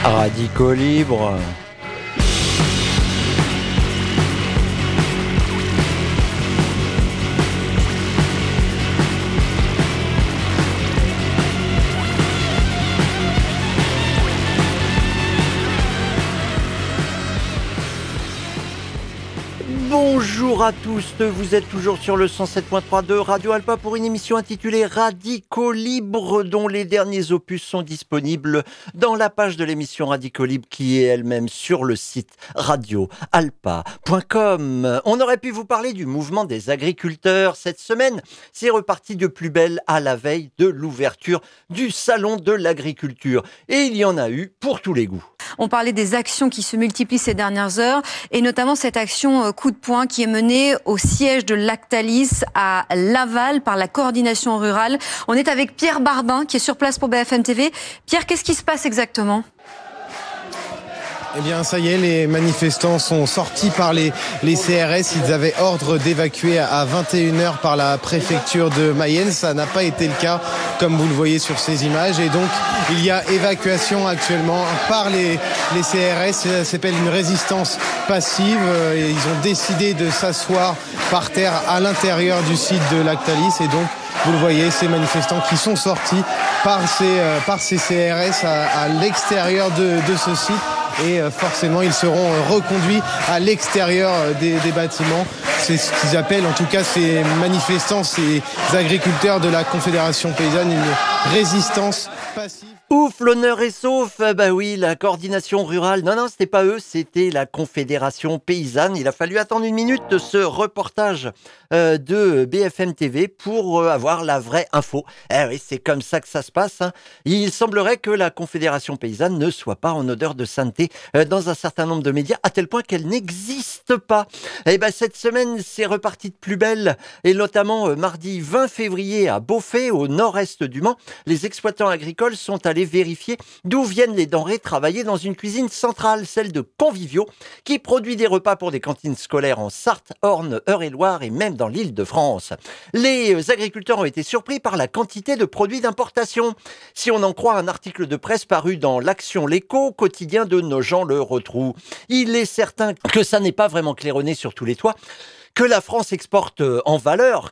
Radicaux libres. Bonjour à tous, vous êtes toujours sur le 107.3 de Radio Alpa pour une émission intitulée Radicaux libres dont les derniers opus sont disponibles dans la page de l'émission Radicaux libres qui est elle-même sur le site radioalpa.com. On aurait pu vous parler du mouvement des agriculteurs cette semaine. C'est reparti de plus belle à la veille de l'ouverture du salon de l'agriculture. Et il y en a eu pour tous les goûts. On parlait des actions qui se multiplient ces dernières heures et notamment cette action coup de poing qui est menée au siège de Lactalis à Laval par la coordination rurale. On est avec Pierre Barbin qui est sur place pour BFM TV. Pierre, qu'est-ce qui se passe exactement ? Eh bien, ça y est, les manifestants sont sortis par les CRS. Ils avaient ordre d'évacuer à 21h par la préfecture de Mayenne. Ça n'a pas été le cas, comme vous le voyez sur ces images. Et donc, il y a évacuation actuellement par les CRS. Ça s'appelle une résistance passive. Ils ont décidé de s'asseoir par terre à l'intérieur du site de Lactalis. Et donc, vous le voyez, ces manifestants qui sont sortis par ces CRS à l'extérieur de ce site. Et forcément, ils seront reconduits à l'extérieur des bâtiments. C'est ce qu'ils appellent, en tout cas, ces manifestants, ces agriculteurs de la Confédération paysanne, une résistance passive. Ouf, l'honneur est sauf. Bah oui, la coordination rurale. Non, c'était pas eux, c'était la Confédération paysanne. Il a fallu attendre une minute de ce reportage de BFM TV pour avoir la vraie info. Eh oui, c'est comme ça que ça se passe. Hein. Il semblerait que la Confédération paysanne ne soit pas en odeur de sainteté dans un certain nombre de médias, à tel point qu'elle n'existe pas. Et ben cette semaine, c'est reparti de plus belle. Et notamment mardi 20 février à Beaufay, au nord-est du Mans, les exploitants agricoles sont allés vérifier d'où viennent les denrées travaillées dans une cuisine centrale, celle de Convivio, qui produit des repas pour des cantines scolaires en Sarthe, Orne, Eure-et-Loir et même dans l'Île-de-France. Les agriculteurs ont été surpris par la quantité de produits d'importation. Si on en croit un article de presse paru dans l'Action L'Écho, quotidien de Nogent-le-Rotrou, il est certain que ça n'est pas vraiment claironné sur tous les toits, que la France exporte en valeur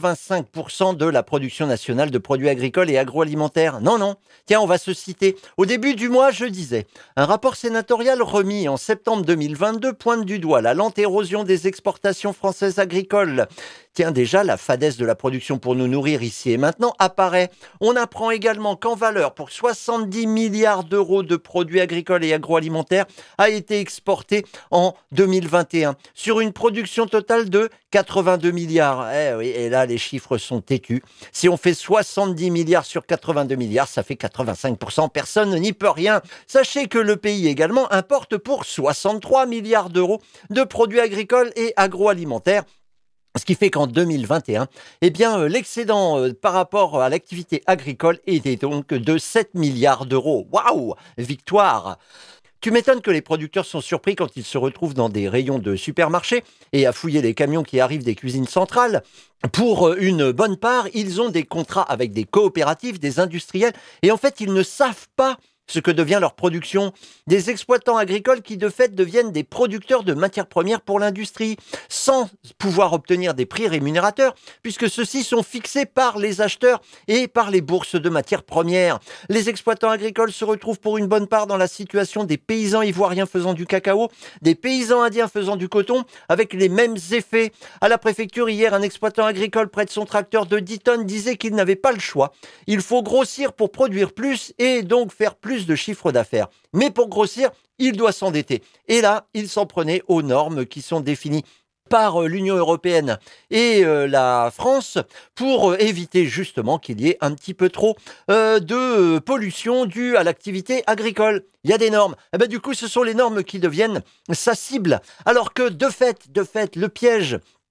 85% de la production nationale de produits agricoles et agroalimentaires. Non. Tiens, on va se citer. Au début du mois, je disais, un rapport sénatorial remis en septembre 2022 pointe du doigt la lente érosion des exportations françaises agricoles. Tiens, déjà, la fadesse de la production pour nous nourrir ici et maintenant apparaît. On apprend également qu'en valeur, pour 70 milliards d'euros de produits agricoles et agroalimentaires a été exporté en 2021, sur une production totale de 82 milliards. Eh oui, et là, les chiffres sont têtus. Si on fait 70 milliards sur 82 milliards, ça fait 85%. Personne n'y peut rien. Sachez que le pays également importe pour 63 milliards d'euros de produits agricoles et agroalimentaires. Ce qui fait qu'en 2021, l'excédent par rapport à l'activité agricole était donc de 7 milliards d'euros. Waouh! Victoire! Tu m'étonnes que les producteurs sont surpris quand ils se retrouvent dans des rayons de supermarché et à fouiller les camions qui arrivent des cuisines centrales. Pour une bonne part, ils ont des contrats avec des coopératives, des industriels, et en fait, ils ne savent pas ce que devient leur production. Des exploitants agricoles qui de fait deviennent des producteurs de matières premières pour l'industrie, sans pouvoir obtenir des prix rémunérateurs, puisque ceux-ci sont fixés par les acheteurs et par les bourses de matières premières. Les exploitants agricoles se retrouvent pour une bonne part dans la situation des paysans ivoiriens faisant du cacao, des paysans indiens faisant du coton, avec les mêmes effets. À la préfecture, hier, un exploitant agricole près de son tracteur de 10 tonnes disait qu'il n'avait pas le choix. Il faut grossir pour produire plus et donc faire plus de chiffre d'affaires. Mais pour grossir, il doit s'endetter. Et là, il s'en prenait aux normes qui sont définies par l'Union européenne et la France pour éviter justement qu'il y ait un petit peu trop de pollution due à l'activité agricole. Il y a des normes. Du coup, ce sont les normes qui deviennent sa cible. Alors que de fait, le piège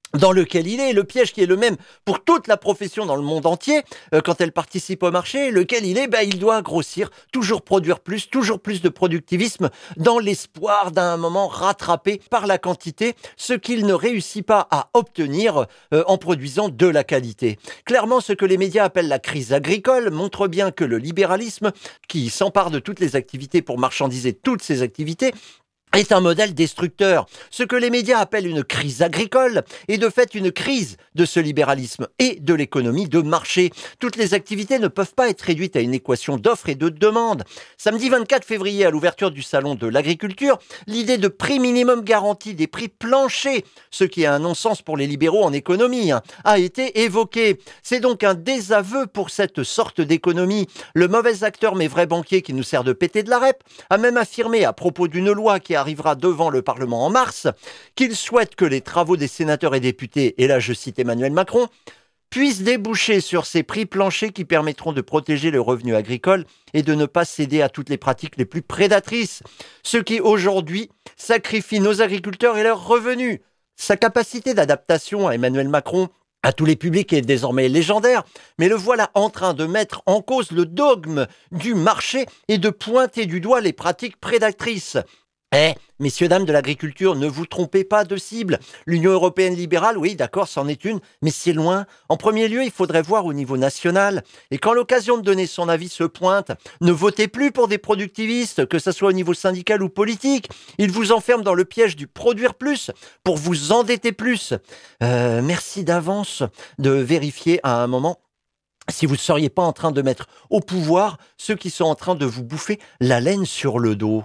dans lequel il est, le piège qui est le même pour toute la profession dans le monde entier, quand elle participe au marché, lequel il est, il doit grossir, toujours produire plus de productivisme, dans l'espoir d'un moment rattrapé par la quantité, ce qu'il ne réussit pas à obtenir en produisant de la qualité. Clairement, ce que les médias appellent la crise agricole montre bien que le libéralisme, qui s'empare de toutes les activités pour marchandiser toutes ces activités, est un modèle destructeur. Ce que les médias appellent une crise agricole est de fait une crise de ce libéralisme et de l'économie de marché. Toutes les activités ne peuvent pas être réduites à une équation d'offres et de demande. Samedi 24 février, à l'ouverture du salon de l'agriculture, l'idée de prix minimum garanti, des prix planchers, ce qui est un non-sens pour les libéraux en économie, a été évoquée. C'est donc un désaveu pour cette sorte d'économie. Le mauvais acteur mais vrai banquier qui nous sert de péter de la rep a même affirmé à propos d'une loi qui arrivera devant le Parlement en mars, qu'il souhaite que les travaux des sénateurs et députés, et là je cite Emmanuel Macron, puissent déboucher sur ces prix planchers qui permettront de protéger le revenu agricole et de ne pas céder à toutes les pratiques les plus prédatrices, ce qui aujourd'hui sacrifie nos agriculteurs et leurs revenus. Sa capacité d'adaptation à Emmanuel Macron à tous les publics est désormais légendaire, mais le voilà en train de mettre en cause le dogme du marché et de pointer du doigt les pratiques prédatrices. Messieurs, dames de l'agriculture, ne vous trompez pas de cible. L'Union européenne libérale, oui, d'accord, c'en est une, mais c'est loin. En premier lieu, il faudrait voir au niveau national. Et quand l'occasion de donner son avis se pointe, ne votez plus pour des productivistes, que ce soit au niveau syndical ou politique. Ils vous enferment dans le piège du produire plus pour vous endetter plus. Merci d'avance de vérifier à un moment si vous ne seriez pas en train de mettre au pouvoir ceux qui sont en train de vous bouffer la laine sur le dos.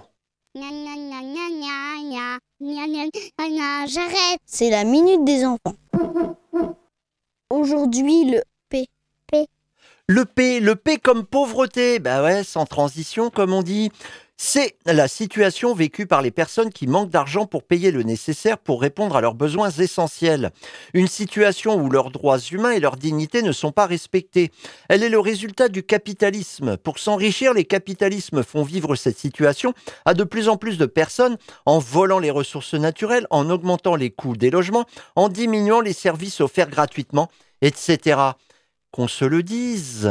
J'arrête. C'est la minute des enfants. Aujourd'hui, le P. Le P comme pauvreté. Sans transition, comme on dit. C'est la situation vécue par les personnes qui manquent d'argent pour payer le nécessaire pour répondre à leurs besoins essentiels. Une situation où leurs droits humains et leur dignité ne sont pas respectés. Elle est le résultat du capitalisme. Pour s'enrichir, les capitalismes font vivre cette situation à de plus en plus de personnes en volant les ressources naturelles, en augmentant les coûts des logements, en diminuant les services offerts gratuitement, etc. Qu'on se le dise.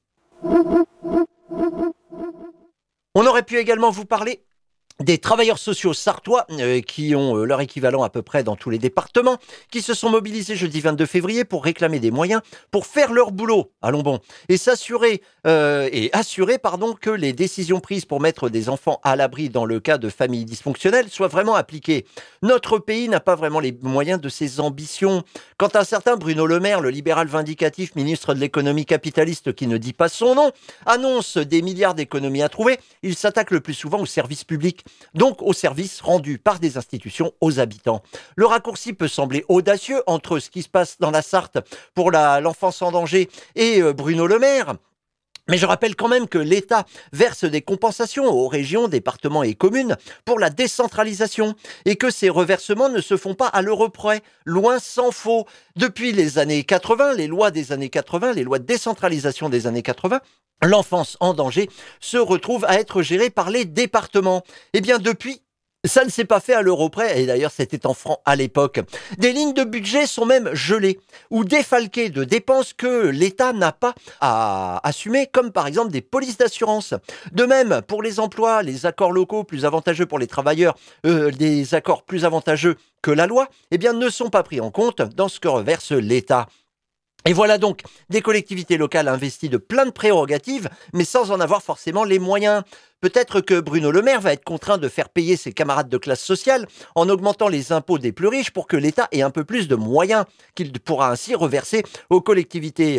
On aurait pu également vous parler des travailleurs sociaux sartois qui ont leur équivalent à peu près dans tous les départements, qui se sont mobilisés jeudi 22 février pour réclamer des moyens pour faire leur boulot, allons bon, et assurer que les décisions prises pour mettre des enfants à l'abri dans le cas de familles dysfonctionnelles soient vraiment appliquées. Notre pays n'a pas vraiment les moyens de ses ambitions. Quand un certain Bruno Le Maire, le libéral vindicatif ministre de l'économie capitaliste qui ne dit pas son nom, annonce des milliards d'économies à trouver, il s'attaque le plus souvent aux services publics, donc aux services rendus par des institutions aux habitants. Le raccourci peut sembler audacieux entre ce qui se passe dans la Sarthe pour l'enfance en danger et Bruno Le Maire. Mais je rappelle quand même que l'État verse des compensations aux régions, départements et communes pour la décentralisation et que ces reversements ne se font pas à l'euro près, loin s'en faut. Depuis les années 80, les lois des années 80, les lois de décentralisation des années 80, l'enfance en danger se retrouve à être gérée par les départements. Eh bien depuis, ça ne s'est pas fait à l'euro près, et d'ailleurs c'était en francs à l'époque. Des lignes de budget sont même gelées ou défalquées de dépenses que l'État n'a pas à assumer, comme par exemple des polices d'assurance. De même, pour les emplois, les accords locaux plus avantageux pour les travailleurs, des accords plus avantageux que la loi, ne sont pas pris en compte dans ce que reverse l'État. Et voilà donc des collectivités locales investies de plein de prérogatives, mais sans en avoir forcément les moyens. Peut-être que Bruno Le Maire va être contraint de faire payer ses camarades de classe sociale en augmentant les impôts des plus riches pour que l'État ait un peu plus de moyens qu'il pourra ainsi reverser aux collectivités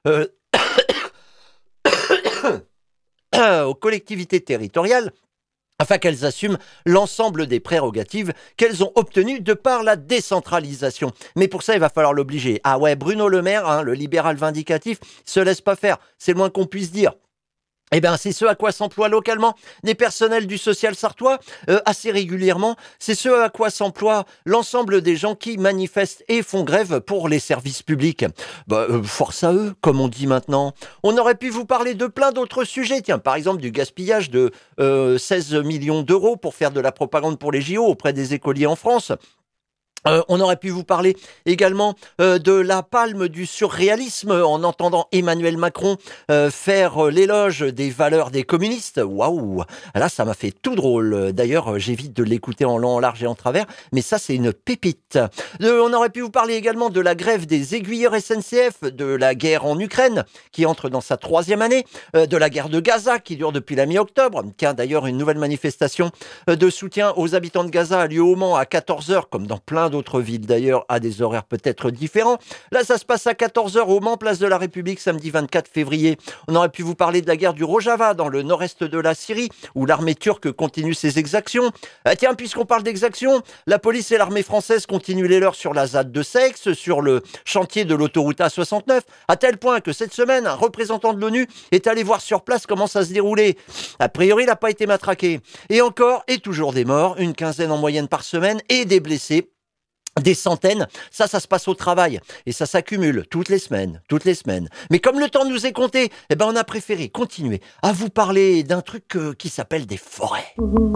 aux collectivités territoriales, afin qu'elles assument l'ensemble des prérogatives qu'elles ont obtenues de par la décentralisation. Mais pour ça, il va falloir l'obliger. Ah ouais, Bruno Le Maire, le libéral vindicatif, se laisse pas faire. C'est le moins qu'on puisse dire. C'est ce à quoi s'emploient localement des personnels du social sartois assez régulièrement. C'est ce à quoi s'emploie l'ensemble des gens qui manifestent et font grève pour les services publics. Force à eux, comme on dit maintenant. On aurait pu vous parler de plein d'autres sujets. Tiens, par exemple, du gaspillage de 16 millions d'euros pour faire de la propagande pour les JO auprès des écoliers en France. On aurait pu vous parler également de la palme du surréalisme en entendant Emmanuel Macron faire l'éloge des valeurs des communistes. Waouh! Là, ça m'a fait tout drôle. D'ailleurs, j'évite de l'écouter en long, en large et en travers, mais ça, c'est une pépite. On aurait pu vous parler également de la grève des aiguilleurs SNCF, de la guerre en Ukraine qui entre dans sa 3e année, de la guerre de Gaza qui dure depuis la mi-octobre. Tiens, d'ailleurs, une nouvelle manifestation de soutien aux habitants de Gaza a lieu au Mans à 14h, comme dans plein d'autres villes d'ailleurs, à des horaires peut-être différents. Là, ça se passe à 14h au Mans, place de la République, samedi 24 février. On aurait pu vous parler de la guerre du Rojava, dans le nord-est de la Syrie, où l'armée turque continue ses exactions. Tiens, puisqu'on parle d'exactions, la police et l'armée française continuent les leurs sur la ZAD de Seix, sur le chantier de l'autoroute A69, à tel point que cette semaine, un représentant de l'ONU est allé voir sur place comment ça se déroulait. A priori, il n'a pas été matraqué. Et encore, et toujours des morts, une quinzaine en moyenne par semaine, et des blessés. Des centaines, ça se passe au travail et ça s'accumule toutes les semaines. Mais comme le temps nous est compté, on a préféré continuer à vous parler d'un truc qui s'appelle des forêts.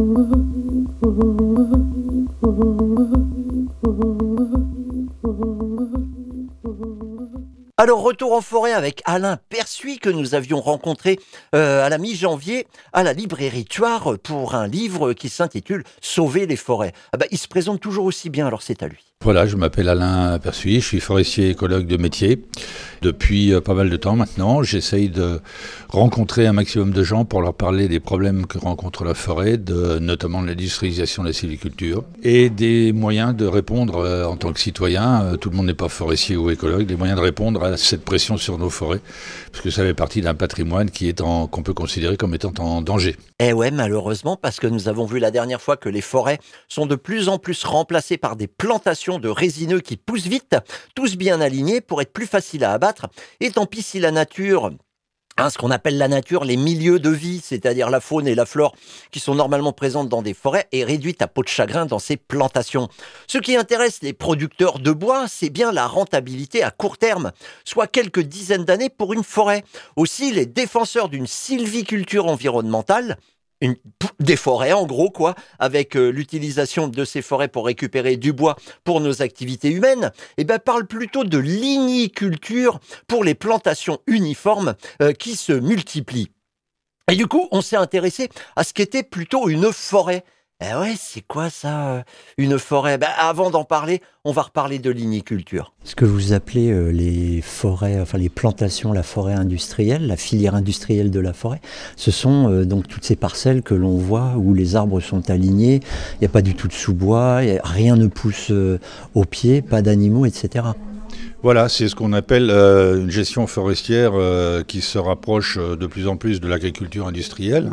Alors, retour en forêt avec Alain Persuis que nous avions rencontré à la mi-janvier à la librairie Tuard pour un livre qui s'intitule « Sauver les forêts ». Il se présente toujours aussi bien, alors c'est à lui. Voilà, je m'appelle Alain Persuis, je suis forestier écologue de métier. Depuis pas mal de temps maintenant, j'essaye de rencontrer un maximum de gens pour leur parler des problèmes que rencontre la forêt, notamment de l'industrialisation de la sylviculture, et des moyens de répondre en tant que citoyen, tout le monde n'est pas forestier ou écologue, des moyens de répondre à cette pression sur nos forêts, parce que ça fait partie d'un patrimoine qu'on peut considérer comme étant en danger. Eh ouais, malheureusement, parce que nous avons vu la dernière fois que les forêts sont de plus en plus remplacées par des plantations de résineux qui poussent vite, tous bien alignés pour être plus faciles à abattre. Et tant pis si la nature, ce qu'on appelle la nature, les milieux de vie, c'est-à-dire la faune et la flore qui sont normalement présentes dans des forêts, est réduite à peau de chagrin dans ces plantations. Ce qui intéresse les producteurs de bois, c'est bien la rentabilité à court terme, soit quelques dizaines d'années pour une forêt. Aussi, les défenseurs d'une sylviculture environnementale, des forêts en gros avec l'utilisation de ces forêts pour récupérer du bois pour nos activités humaines, parle plutôt de ligniculture pour les plantations uniformes qui se multiplient. Et du coup, on s'est intéressé à ce qu'était plutôt une forêt. Eh ouais, c'est quoi ça, une forêt ? Avant d'en parler, on va reparler de ligniculture. Ce que vous appelez les forêts, enfin les plantations, la forêt industrielle, la filière industrielle de la forêt, ce sont donc toutes ces parcelles que l'on voit où les arbres sont alignés, il n'y a pas du tout de sous-bois, rien ne pousse au pied, pas d'animaux, etc. Voilà, c'est ce qu'on appelle une gestion forestière qui se rapproche de plus en plus de l'agriculture industrielle.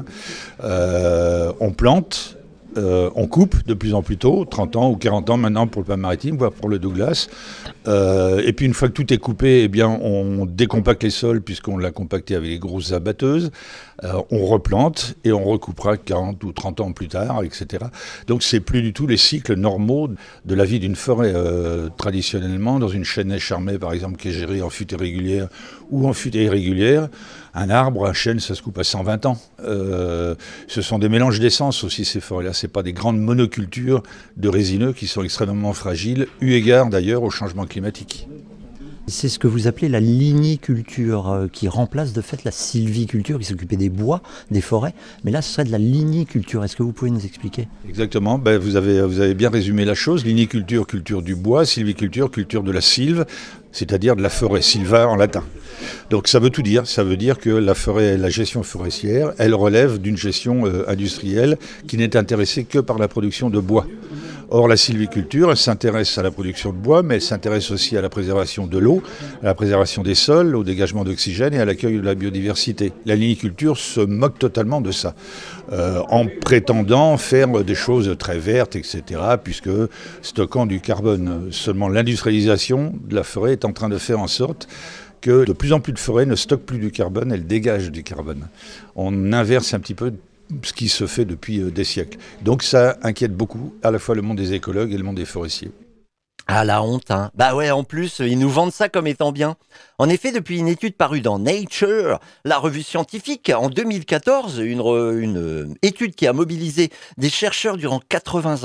On plante. On coupe de plus en plus tôt, 30 ans ou 40 ans maintenant pour le pin maritime, voire pour le Douglas. Et puis une fois que tout est coupé, on décompacte les sols puisqu'on l'a compacté avec les grosses abatteuses. On replante et on recoupera 40 ou 30 ans plus tard, etc. Donc c'est plus du tout les cycles normaux de la vie d'une forêt. Traditionnellement, dans une chênaie charmée par exemple qui est gérée en futaie régulière ou en futaie irrégulière, un arbre, un chêne, ça se coupe à 120 ans. Ce sont des mélanges d'essences aussi, ces forêts-là. Ce n'est pas des grandes monocultures de résineux qui sont extrêmement fragiles, eu égard d'ailleurs au changement climatique. C'est ce que vous appelez la ligniculture, qui remplace de fait la sylviculture, qui s'occupait des bois, des forêts. Mais là, ce serait de la ligniculture. Est-ce que vous pouvez nous expliquer ? Exactement. Vous avez bien résumé la chose. Ligniculture, culture du bois. Sylviculture, culture de la sylve, c'est-à-dire de la forêt. Sylva en latin. Donc ça veut tout dire. Ça veut dire que la forêt, la gestion forestière, elle relève d'une gestion industrielle qui n'est intéressée que par la production de bois. Or, la sylviculture, elle s'intéresse à la production de bois, mais elle s'intéresse aussi à la préservation de l'eau, à la préservation des sols, au dégagement d'oxygène et à l'accueil de la biodiversité. La ligniculture se moque totalement de ça, en prétendant faire des choses très vertes, etc., puisque stockant du carbone. Seulement l'industrialisation de la forêt est en train de faire en sorte que de plus en plus de forêts ne stockent plus du carbone, elles dégagent du carbone. On inverse un petit peu ce qui se fait depuis des siècles. Donc ça inquiète beaucoup à la fois le monde des écologues et le monde des forestiers. Ah la honte, hein. Ouais, en plus, ils nous vendent ça comme étant bien. En effet, depuis une étude parue dans Nature, la revue scientifique, en 2014, une étude qui a mobilisé des chercheurs durant 80 ans.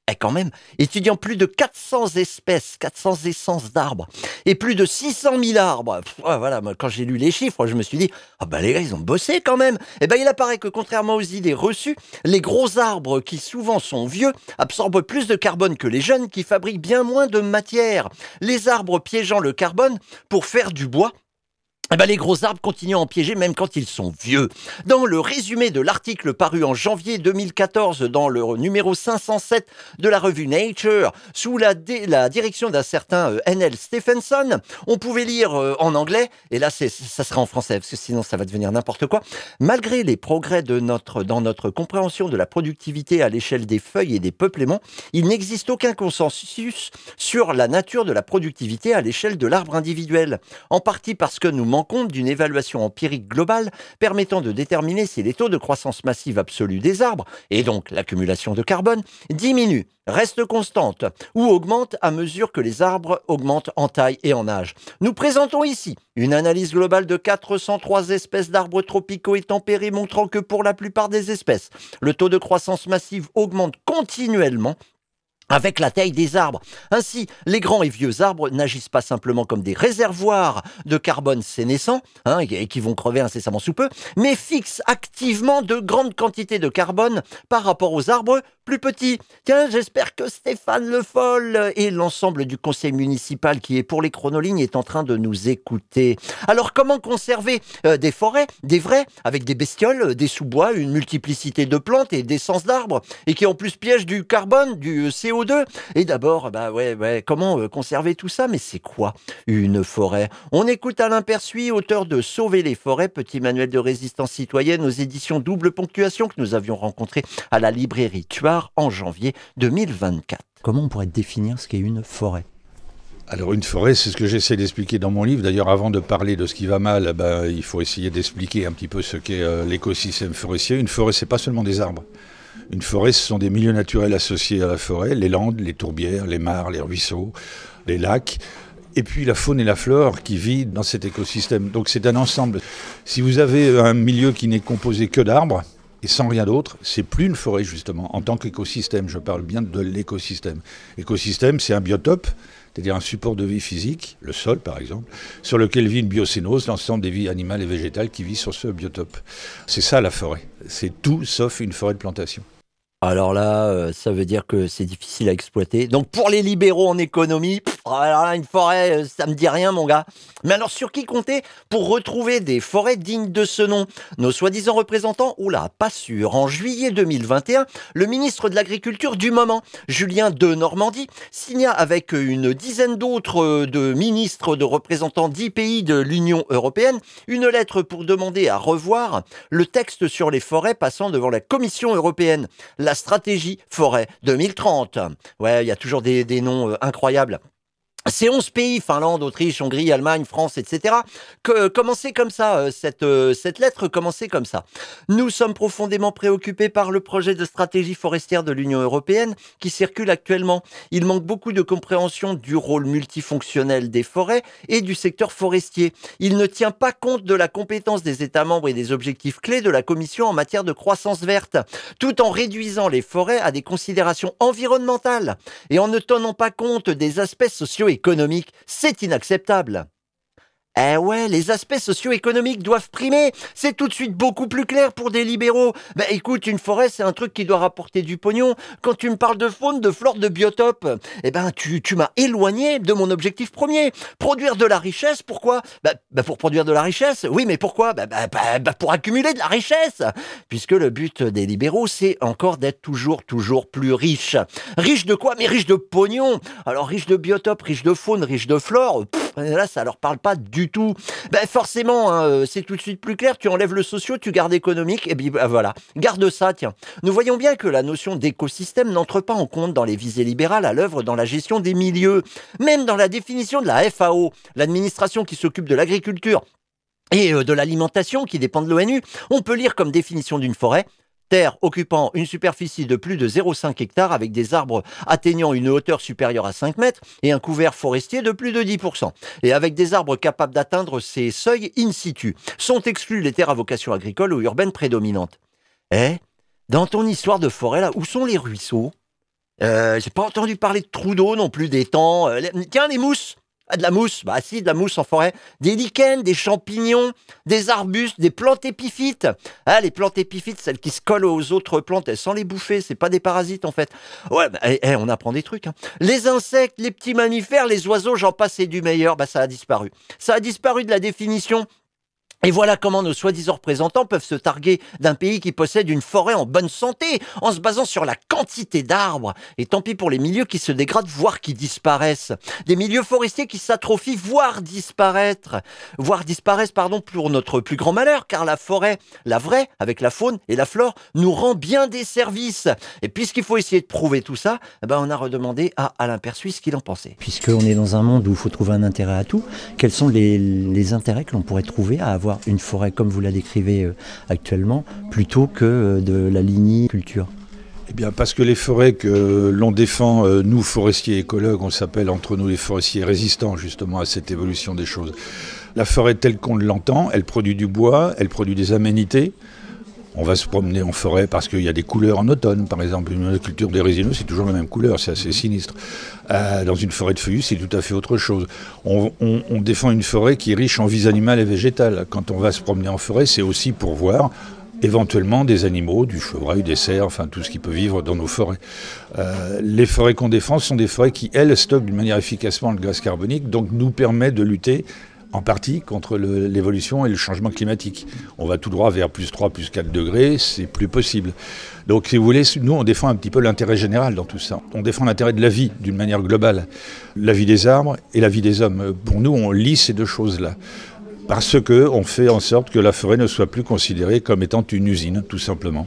quand même, étudiant plus de 400 espèces, 400 essences d'arbres et plus de 600 000 arbres. Voilà, moi, quand j'ai lu les chiffres, je me suis dit, les gars, ils ont bossé quand même. Il apparaît que contrairement aux idées reçues, les gros arbres qui souvent sont vieux absorbent plus de carbone que les jeunes qui fabriquent bien moins de matière. Les arbres piégeant le carbone pour faire du bois, les gros arbres continuent à en piéger même quand ils sont vieux. Dans le résumé de l'article paru en janvier 2014 dans le numéro 507 de la revue Nature, sous la direction d'un certain N.L. Stephenson, on pouvait lire en anglais, et là ça sera en français parce que sinon ça va devenir n'importe quoi. Malgré les progrès dans notre compréhension de la productivité à l'échelle des feuilles et des peuplements, il n'existe aucun consensus sur la nature de la productivité à l'échelle de l'arbre individuel. En partie parce que nous manquons d'une évaluation empirique globale permettant de déterminer si les taux de croissance massive absolue des arbres, et donc l'accumulation de carbone, diminuent, restent constantes ou augmentent à mesure que les arbres augmentent en taille et en âge. Nous présentons ici une analyse globale de 403 espèces d'arbres tropicaux et tempérés montrant que pour la plupart des espèces, le taux de croissance massive augmente continuellement avec la taille des arbres. Ainsi, les grands et vieux arbres n'agissent pas simplement comme des réservoirs de carbone sénescents, et qui vont crever incessamment sous peu, mais fixent activement de grandes quantités de carbone par rapport aux arbres plus petits. Tiens, j'espère que Stéphane Le Foll et l'ensemble du conseil municipal qui est pour les chronolignes est en train de nous écouter. Alors, comment conserver des forêts, des vrais, avec des bestioles, des sous-bois, une multiplicité de plantes et d'essences d'arbres, et qui en plus piègent du carbone, du CO2? Et d'abord, comment conserver tout ça? Mais c'est quoi une forêt? On écoute Alain Persuis, auteur de Sauver les forêts, petit manuel de résistance citoyenne aux éditions Double Ponctuation que nous avions rencontré à la librairie Tuard en janvier 2024. Comment on pourrait définir ce qu'est une forêt? Alors une forêt, c'est ce que j'essaie d'expliquer dans mon livre. D'ailleurs, avant de parler de ce qui va mal, il faut essayer d'expliquer un petit peu ce qu'est l'écosystème forestier. Une forêt, c'est pas seulement des arbres. Une forêt, ce sont des milieux naturels associés à la forêt, les landes, les tourbières, les mares, les ruisseaux, les lacs, et puis la faune et la flore qui vivent dans cet écosystème. Donc c'est un ensemble. Si vous avez un milieu qui n'est composé que d'arbres, et sans rien d'autre, c'est plus une forêt justement. En tant qu'écosystème, je parle bien de l'écosystème. Écosystème, c'est un biotope, c'est-à-dire un support de vie physique, le sol par exemple, sur lequel vit une biocénose, l'ensemble des vies animales et végétales qui vivent sur ce biotope. C'est ça la forêt. C'est tout sauf une forêt de plantation. Alors là, ça veut dire que c'est difficile à exploiter. Donc pour les libéraux en économie, alors là, une forêt, ça me dit rien mon gars. Mais alors sur qui compter pour retrouver des forêts dignes de ce nom? Nos soi-disant représentants, pas sûr. En juillet 2021, le ministre de l'Agriculture du moment, Julien Denormandie, signa avec une dizaine d'autres de ministres de représentants 10 pays de l'Union européenne une lettre pour demander à revoir le texte sur les forêts passant devant la Commission européenne. La stratégie forêt 2030. Ouais, il y a toujours des noms incroyables. Ces 11 pays, Finlande, Autriche, Hongrie, Allemagne, France, etc., commençaient comme ça, cette lettre commençait comme ça. Nous sommes profondément préoccupés par le projet de stratégie forestière de l'Union européenne qui circule actuellement. Il manque beaucoup de compréhension du rôle multifonctionnel des forêts et du secteur forestier. Il ne tient pas compte de la compétence des États membres et des objectifs clés de la Commission en matière de croissance verte, tout en réduisant les forêts à des considérations environnementales et en ne tenant pas compte des aspects socio-économique. C'est inacceptable. Eh ouais, les aspects socio-économiques doivent primer. C'est tout de suite beaucoup plus clair pour des libéraux. Écoute, une forêt, c'est un truc qui doit rapporter du pognon. Quand tu me parles de faune, de flore, de biotope, tu m'as éloigné de mon objectif premier. Produire de la richesse, pourquoi? Pour produire de la richesse. Oui, mais pourquoi? Pour accumuler de la richesse. Puisque le but des libéraux, c'est encore d'être toujours plus riche. Riche de quoi? Mais riche de pognon. Alors, riche de biotope, riche de faune, riche de flore, là, ça leur parle pas du tout. Forcément, c'est tout de suite plus clair. Tu enlèves le socio, tu gardes économique, et puis voilà. Garde ça, tiens. Nous voyons bien que la notion d'écosystème n'entre pas en compte dans les visées libérales à l'œuvre dans la gestion des milieux. Même dans la définition de la FAO, l'administration qui s'occupe de l'agriculture et de l'alimentation qui dépend de l'ONU, on peut lire comme définition d'une forêt: terre occupant une superficie de plus de 0,5 hectares avec des arbres atteignant une hauteur supérieure à 5 mètres et un couvert forestier de plus de 10%. Et avec des arbres capables d'atteindre ces seuils in situ. Sont exclus les terres à vocation agricole ou urbaine prédominante. Dans ton histoire de forêt, là, où sont les ruisseaux? J'ai pas entendu parler de trous d'eau non plus, des temps. Tiens, les mousses. Ah, de la mousse, bah si, de la mousse en forêt. Des lichens, des champignons, des arbustes, des plantes épiphytes. Ah, les plantes épiphytes, celles qui se collent aux autres plantes, elles sans les bouffer, c'est pas des parasites en fait. Ouais, bah, on apprend des trucs. Hein. Les insectes, les petits mammifères, les oiseaux, j'en passe et du meilleur, bah ça a disparu. Ça a disparu de la définition. Et voilà comment nos soi-disant représentants peuvent se targuer d'un pays qui possède une forêt en bonne santé, en se basant sur la quantité d'arbres. Et tant pis pour les milieux qui se dégradent, voire qui disparaissent. Des milieux forestiers qui s'atrophient, voire disparaissent, pour notre plus grand malheur, car la forêt, la vraie, avec la faune et la flore, nous rend bien des services. Et puisqu'il faut essayer de prouver tout ça, on a redemandé à Alain Persuis ce qu'il en pensait. Puisqu'on est dans un monde où il faut trouver un intérêt à tout, quels sont les intérêts que l'on pourrait trouver à avoir une forêt comme vous la décrivez actuellement, plutôt que de la ligniculture? Eh bien, parce que les forêts que l'on défend, nous, forestiers écologues, on s'appelle entre nous les forestiers résistants justement à cette évolution des choses. La forêt telle qu'on l'entend, elle produit du bois, elle produit des aménités. On va se promener en forêt parce qu'il y a des couleurs en automne, par exemple. Une culture des résineux, c'est toujours la même couleur, c'est assez sinistre. Dans une forêt de feuillus, c'est tout à fait autre chose. On défend une forêt qui est riche en vie animale et végétale. Quand on va se promener en forêt, c'est aussi pour voir éventuellement des animaux, du chevreuil, des cerfs, enfin tout ce qui peut vivre dans nos forêts. Les forêts qu'on défend sont des forêts qui, elles, stockent d'une manière efficacement le gaz carbonique, donc nous permettent de lutter en partie contre l'évolution et le changement climatique. On va tout droit vers plus 3, plus 4 degrés, c'est plus possible. Donc si vous voulez, nous on défend un petit peu l'intérêt général dans tout ça. On défend l'intérêt de la vie d'une manière globale. La vie des arbres et la vie des hommes. Pour nous, on lie ces deux choses-là. Parce qu'on fait en sorte que la forêt ne soit plus considérée comme étant une usine, tout simplement.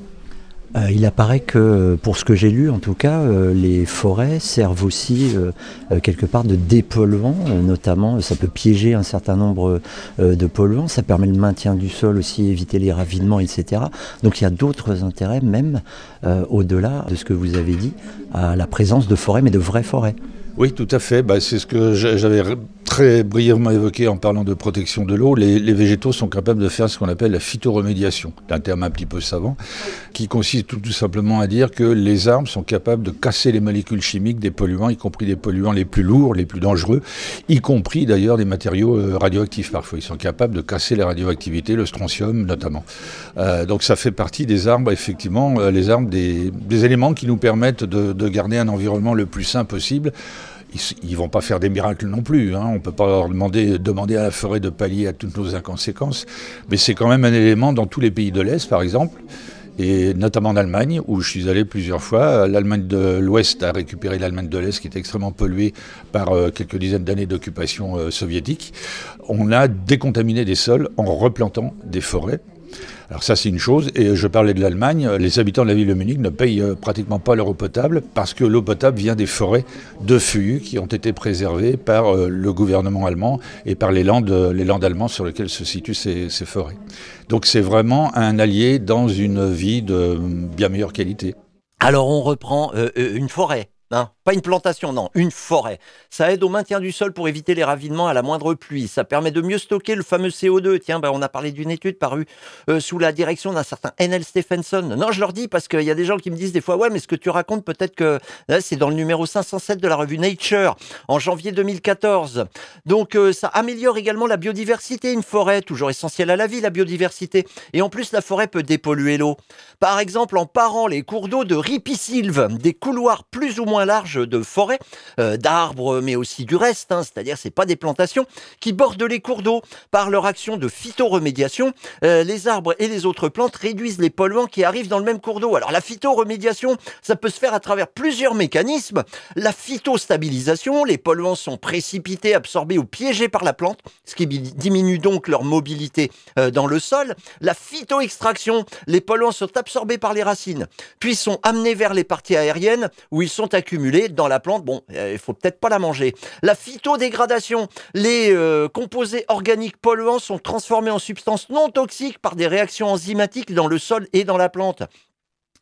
Il apparaît que, pour ce que j'ai lu en tout cas, les forêts servent aussi quelque part de dépolluant, notamment ça peut piéger un certain nombre de polluants, ça permet le maintien du sol aussi, éviter les ravinements, etc. Donc il y a d'autres intérêts même au-delà de ce que vous avez dit, à la présence de forêts, mais de vraies forêts. Oui, tout à fait. C'est ce que j'avais très brièvement évoqué en parlant de protection de l'eau. Les végétaux sont capables de faire ce qu'on appelle la phytoremédiation, un terme un petit peu savant, qui consiste tout simplement à dire que les arbres sont capables de casser les molécules chimiques des polluants, y compris des polluants les plus lourds, les plus dangereux, y compris d'ailleurs des matériaux radioactifs parfois. Ils sont capables de casser la radioactivité, le strontium notamment. Donc ça fait partie des arbres, effectivement, les arbres des éléments qui nous permettent de garder un environnement le plus sain possible. Ils ne vont pas faire des miracles non plus. On ne peut pas leur demander à la forêt de pallier à toutes nos inconséquences. Mais c'est quand même un élément dans tous les pays de l'Est, par exemple, et notamment en Allemagne, où je suis allé plusieurs fois. L'Allemagne de l'Ouest a récupéré l'Allemagne de l'Est, qui est extrêmement polluée par quelques dizaines d'années d'occupation soviétique. On a décontaminé des sols en replantant des forêts. Alors ça c'est une chose, et je parlais de l'Allemagne, les habitants de la ville de Munich ne payent pratiquement pas leur eau potable parce que l'eau potable vient des forêts de feuillus qui ont été préservées par le gouvernement allemand et par les landes allemandes sur lesquelles se situent ces forêts. Donc c'est vraiment un allié dans une vie de bien meilleure qualité. Alors on reprend une forêt. Pas une plantation, non, une forêt. Ça aide au maintien du sol pour éviter les ravinements à la moindre pluie. Ça permet de mieux stocker le fameux CO2. Tiens, on a parlé d'une étude parue sous la direction d'un certain N.L. Stephenson. Non, je leur dis parce qu'il y a des gens qui me disent des fois, ouais, mais ce que tu racontes, peut-être que là, c'est dans le numéro 507 de la revue Nature, en janvier 2014. Donc, ça améliore également la biodiversité, une forêt, toujours essentielle à la vie, la biodiversité. Et en plus, la forêt peut dépolluer l'eau. Par exemple, en parant les cours d'eau de ripisylve, des couloirs plus ou moins larges de forêt, d'arbres, mais aussi du reste, c'est-à-dire c'est pas des plantations, qui bordent les cours d'eau. Par leur action de phytoremédiation, les arbres et les autres plantes réduisent les polluants qui arrivent dans le même cours d'eau. Alors la phytoremédiation, ça peut se faire à travers plusieurs mécanismes. La phytostabilisation, les polluants sont précipités, absorbés ou piégés par la plante, ce qui diminue donc leur mobilité dans le sol. La phytoextraction, les polluants sont absorbés par les racines, puis sont amenés vers les parties aériennes où ils sont accumulés dans la plante. Bon, il faut peut-être pas la manger. La phytodégradation, les composés organiques polluants sont transformés en substances non toxiques par des réactions enzymatiques dans le sol et dans la plante.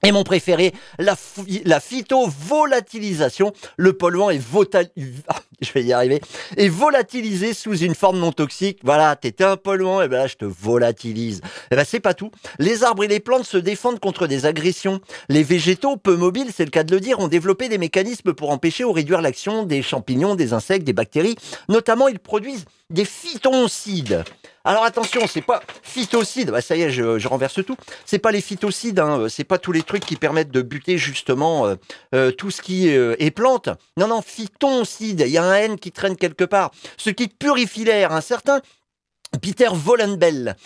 Et mon préféré, la phytovolatilisation. Le polluant est je vais y arriver. Est volatilisé sous une forme non toxique. Voilà, t'étais un polluant, et ben là je te volatilise. Et ben c'est pas tout. Les arbres et les plantes se défendent contre des agressions. Les végétaux, peu mobiles, c'est le cas de le dire, ont développé des mécanismes pour empêcher ou réduire l'action des champignons, des insectes, des bactéries. Notamment, ils produisent des phytoncides. Alors attention, c'est pas phytocide. Bah ça y est, je renverse tout. C'est pas les phytocides, hein. C'est pas tous les trucs qui permettent de buter justement tout ce qui est plante. Non, phytoncide. Il y a un N qui traîne quelque part. Ce qui purifie l'air. Un certain Peter Vollenben,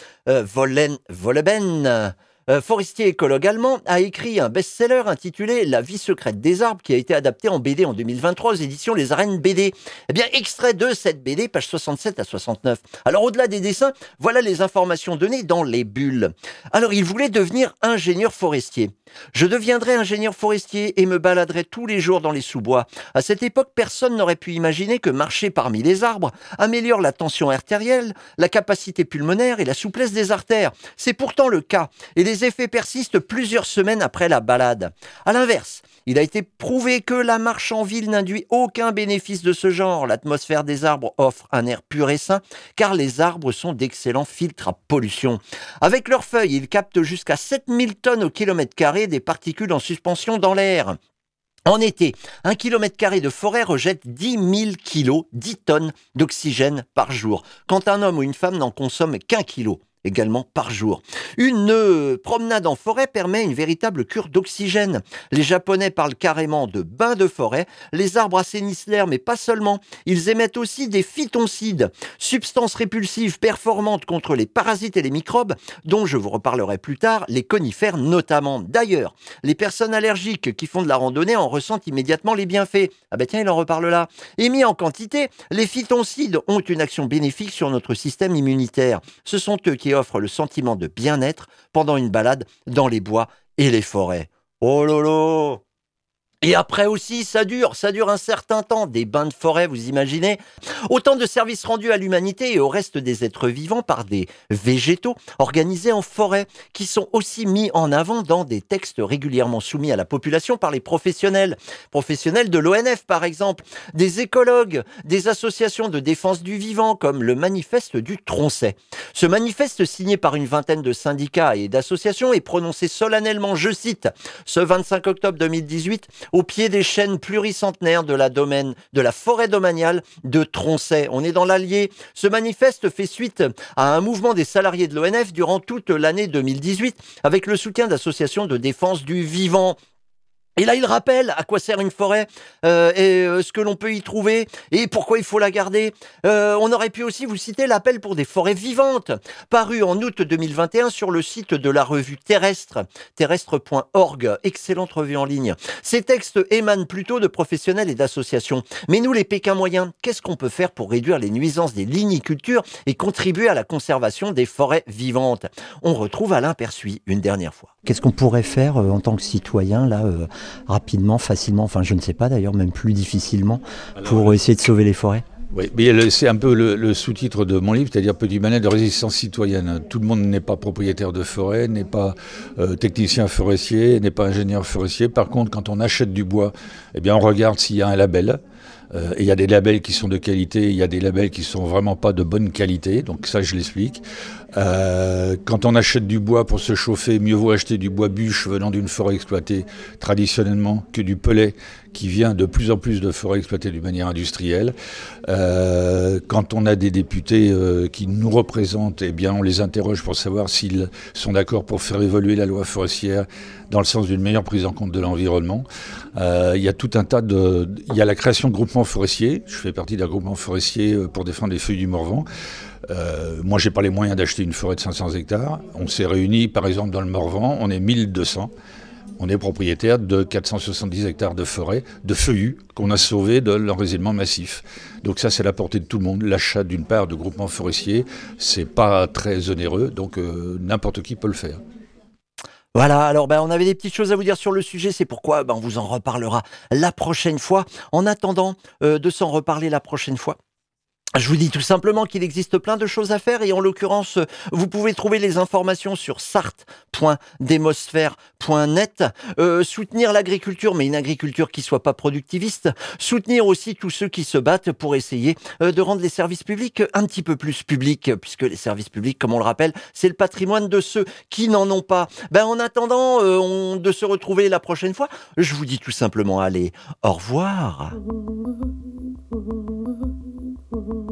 forestier écologue allemand, a écrit un best-seller intitulé La vie secrète des arbres, qui a été adapté en BD en 2023 aux éditions Les Arènes BD. Eh bien, extrait de cette BD, pages 67 à 69. Alors, au-delà des dessins, voilà les informations données dans les bulles. Alors, il voulait devenir ingénieur forestier. Je deviendrai ingénieur forestier et me baladerai tous les jours dans les sous-bois. À cette époque, personne n'aurait pu imaginer que marcher parmi les arbres améliore la tension artérielle, la capacité pulmonaire et la souplesse des artères. C'est pourtant le cas, et les effets persistent plusieurs semaines après la balade. À l'inverse, il a été prouvé que la marche en ville n'induit aucun bénéfice de ce genre. L'atmosphère des arbres offre un air pur et sain, car les arbres sont d'excellents filtres à pollution. Avec leurs feuilles, ils captent jusqu'à 7000 tonnes au kilomètre carré des particules en suspension dans l'air. En été, 1 km carré de forêt rejette 10 000 kilos, 10 tonnes d'oxygène par jour, quand un homme ou une femme n'en consomme qu'un kilo également par jour. Une promenade en forêt permet une véritable cure d'oxygène. Les Japonais parlent carrément de bain de forêt. Les arbres assainissent l'air, mais pas seulement. Ils émettent aussi des phytoncides, substances répulsives performantes contre les parasites et les microbes, dont je vous reparlerai plus tard, les conifères notamment. D'ailleurs, les personnes allergiques qui font de la randonnée en ressentent immédiatement les bienfaits. Ah ben tiens, il en reparle là. Émis en quantité, les phytoncides ont une action bénéfique sur notre système immunitaire. Ce sont eux qui offre le sentiment de bien-être pendant une balade dans les bois et les forêts. Oh lolo! Et après aussi, ça dure un certain temps, des bains de forêt, vous imaginez? Autant de services rendus à l'humanité et au reste des êtres vivants par des végétaux organisés en forêt, qui sont aussi mis en avant dans des textes régulièrement soumis à la population par les professionnels de l'ONF par exemple, des écologues, des associations de défense du vivant comme le manifeste du Troncet. Ce manifeste signé par une vingtaine de syndicats et d'associations est prononcé solennellement, je cite, ce 25 octobre 2018, au pied des chênes pluricentenaires de la forêt domaniale de Troncet. On est dans l'Allier. Ce manifeste fait suite à un mouvement des salariés de l'ONF durant toute l'année 2018 avec le soutien d'associations de défense du vivant. Et là, il rappelle à quoi sert une forêt ce que l'on peut y trouver et pourquoi il faut la garder. On aurait pu aussi vous citer l'appel pour des forêts vivantes, paru en août 2021 sur le site de la revue Terrestre, terrestre.org, excellente revue en ligne. Ces textes émanent plutôt de professionnels et d'associations. Mais nous, les Pékins moyens, qu'est-ce qu'on peut faire pour réduire les nuisances des lignicultures et contribuer à la conservation des forêts vivantes? On retrouve Alain Persuis une dernière fois. Qu'est-ce qu'on pourrait faire en tant que citoyen, là, rapidement, facilement, enfin je ne sais pas d'ailleurs, même plus difficilement, pour essayer de sauver les forêts? Oui, mais c'est un peu le sous-titre de mon livre, c'est-à-dire Petit Manet de résistance citoyenne. Tout le monde n'est pas propriétaire de forêt, n'est pas technicien forestier, n'est pas ingénieur forestier. Par contre, quand on achète du bois, eh bien on regarde s'il y a un label. Et il y a des labels qui sont de qualité, il y a des labels qui sont vraiment pas de bonne qualité, donc ça je l'explique. Quand on achète du bois pour se chauffer, mieux vaut acheter du bois bûche venant d'une forêt exploitée traditionnellement que du pellet qui vient de plus en plus de forêts exploitées d'une manière industrielle. Quand on a des députés qui nous représentent, eh bien on les interroge pour savoir s'ils sont d'accord pour faire évoluer la loi forestière dans le sens d'une meilleure prise en compte de l'environnement. Il y a tout un tas il y a la création de groupements forestiers. Je fais partie d'un groupement forestier pour défendre les feuilles du Morvan. Moi, j'ai pas les moyens d'acheter une forêt de 500 hectares. On s'est réunis, par exemple, dans le Morvan, on est 1200. On est propriétaire de 470 hectares de forêt, de feuillus, qu'on a sauvés de l'enraisonnement massif. Donc ça, c'est la portée de tout le monde. L'achat d'une part de groupements forestiers, c'est pas très onéreux, donc n'importe qui peut le faire. Voilà, alors on avait des petites choses à vous dire sur le sujet, c'est pourquoi on vous en reparlera la prochaine fois. En attendant de s'en reparler la prochaine fois, Je vous dis tout simplement qu'il existe plein de choses à faire et en l'occurrence, vous pouvez trouver les informations sur sarthe.demosphère.net. Soutenir l'agriculture, mais une agriculture qui soit pas productiviste. Soutenir aussi tous ceux qui se battent pour essayer de rendre les services publics un petit peu plus publics, puisque les services publics, comme on le rappelle, c'est le patrimoine de ceux qui n'en ont pas. En attendant de se retrouver la prochaine fois, je vous dis tout simplement, allez, au revoir.